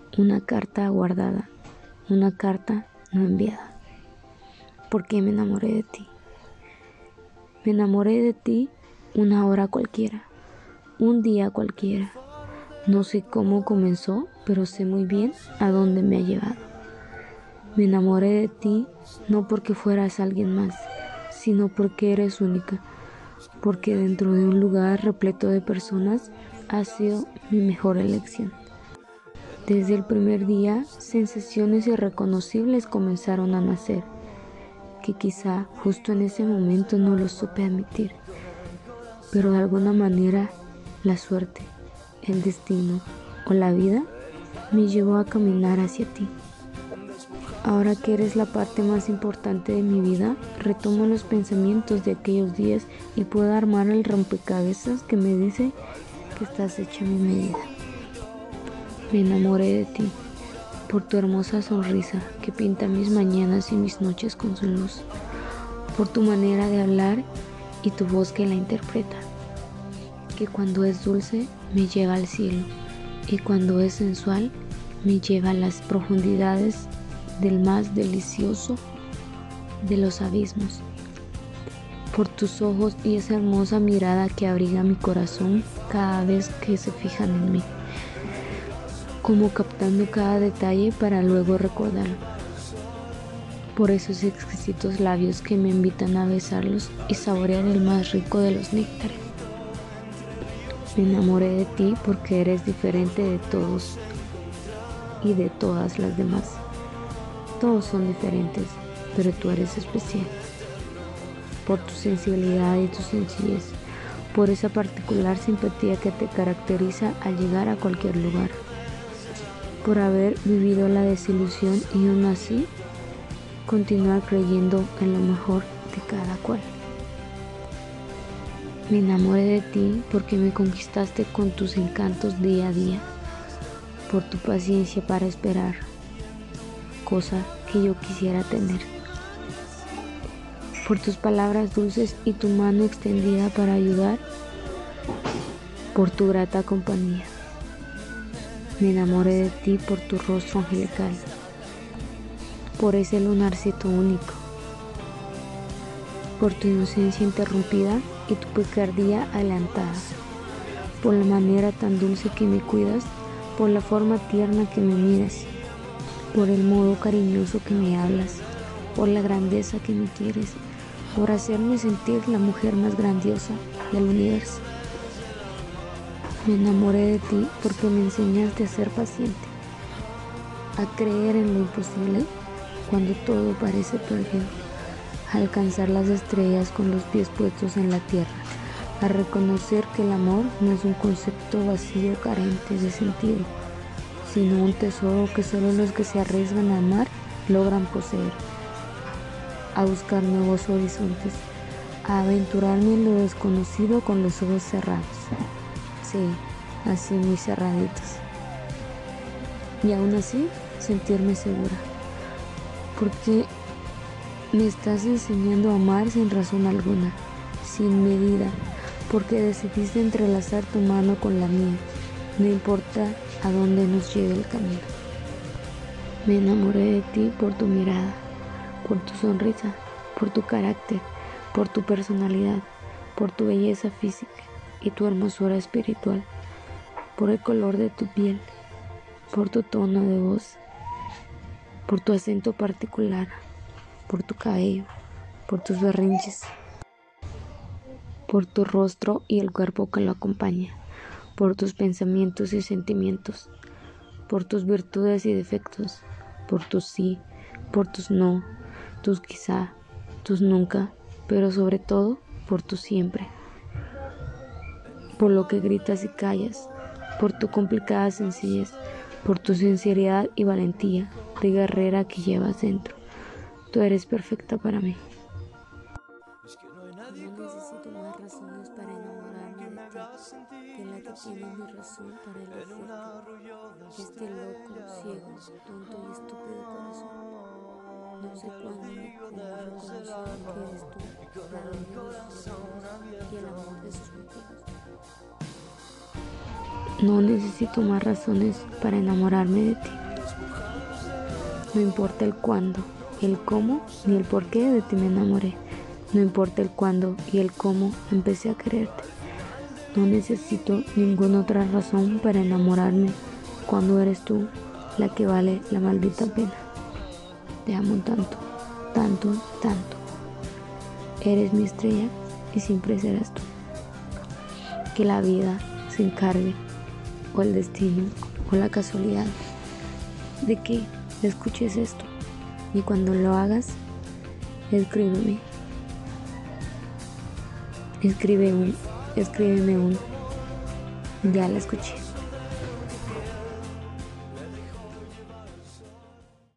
una carta guardada, una carta no enviada. ¿Por qué me enamoré de ti? Me enamoré de ti una hora cualquiera, un día cualquiera. No sé cómo comenzó, pero sé muy bien a dónde me ha llevado. Me enamoré de ti no porque fueras alguien más, sino porque eres única, porque dentro de un lugar repleto de personas has sido mi mejor elección. Desde el primer día, sensaciones irreconocibles comenzaron a nacer, que quizá justo en ese momento no lo supe admitir, pero de alguna manera la suerte, el destino o la vida me llevó a caminar hacia ti. Ahora que eres la parte más importante de mi vida, retomo los pensamientos de aquellos días y puedo armar el rompecabezas que me dice que estás hecha a mi medida. Me enamoré de ti, por tu hermosa sonrisa que pinta mis mañanas y mis noches con su luz, por tu manera de hablar y tu voz que la interpreta, que cuando es dulce me lleva al cielo y cuando es sensual me lleva a las profundidades del más delicioso de los abismos, por tus ojos y esa hermosa mirada que abriga mi corazón cada vez que se fijan en mí, como captando cada detalle para luego recordarlo, por esos exquisitos labios que me invitan a besarlos y saborear el más rico de los néctares. Me enamoré de ti porque eres diferente de todos y de todas las demás. Todos son diferentes, pero tú eres especial. Por tu sensibilidad y tu sencillez, por esa particular simpatía que te caracteriza al llegar a cualquier lugar, por haber vivido la desilusión y aún así continuar creyendo en lo mejor de cada cual. Me enamoré de ti porque me conquistaste con tus encantos día a día, por tu paciencia para esperar, cosa que yo quisiera tener, por tus palabras dulces y tu mano extendida para ayudar, por tu grata compañía. Me enamoré de ti por tu rostro angelical, por ese lunarcito único, por tu inocencia interrumpida y tu picardía adelantada, por la manera tan dulce que me cuidas, por la forma tierna que me miras, por el modo cariñoso que me hablas, por la grandeza que me quieres, por hacerme sentir la mujer más grandiosa del universo. Me enamoré de ti porque me enseñaste a ser paciente, a creer en lo imposible cuando todo parece perdido, a alcanzar las estrellas con los pies puestos en la tierra, a reconocer que el amor no es un concepto vacío carente de sentido, sino un tesoro que solo los que se arriesgan a amar logran poseer, a buscar nuevos horizontes, a aventurarme en lo desconocido con los ojos cerrados. Sí, así muy cerraditos. Y aún así, sentirme segura. Porque me estás enseñando a amar sin razón alguna, sin medida, porque decidiste entrelazar tu mano con la mía, no importa a dónde nos lleve el camino. Me enamoré de ti por tu mirada, por tu sonrisa, por tu carácter, por tu personalidad, por tu belleza física y tu hermosura espiritual, por el color de tu piel, por tu tono de voz, por tu acento particular, por tu cabello, por tus berrinches, por tu rostro y el cuerpo que lo acompaña, por tus pensamientos y sentimientos, por tus virtudes y defectos, por tus sí, por tus no, tus quizá, tus nunca, pero sobre todo por tu siempre, por lo que gritas y callas, por tu complicada sencillez, por tu sinceridad y valentía de guerrera que llevas dentro. Tú eres perfecta para mí. No necesito más razones para enamorarme de ti que la que tiene mi razón para elegirte. Este loco, ciego, tonto y estúpido corazón. No sé cuándo ni cómo reconoció que eres tú, la dueña de sus latidos y el amor de sus motivos. No necesito más razones para enamorarme de ti. No importa el cuándo, el cómo ni el por qué de ti me enamoré. No importa el cuándo y el cómo empecé a quererte. No necesito ninguna otra razón para enamorarme cuando eres tú la que vale la maldita pena. Te amo tanto, tanto, tanto. Eres mi estrella y siempre serás tú. Que la vida se encargue, o el destino, o la casualidad, de que escuches esto. Y cuando lo hagas, escríbeme. Escríbeme un, ya la escuché.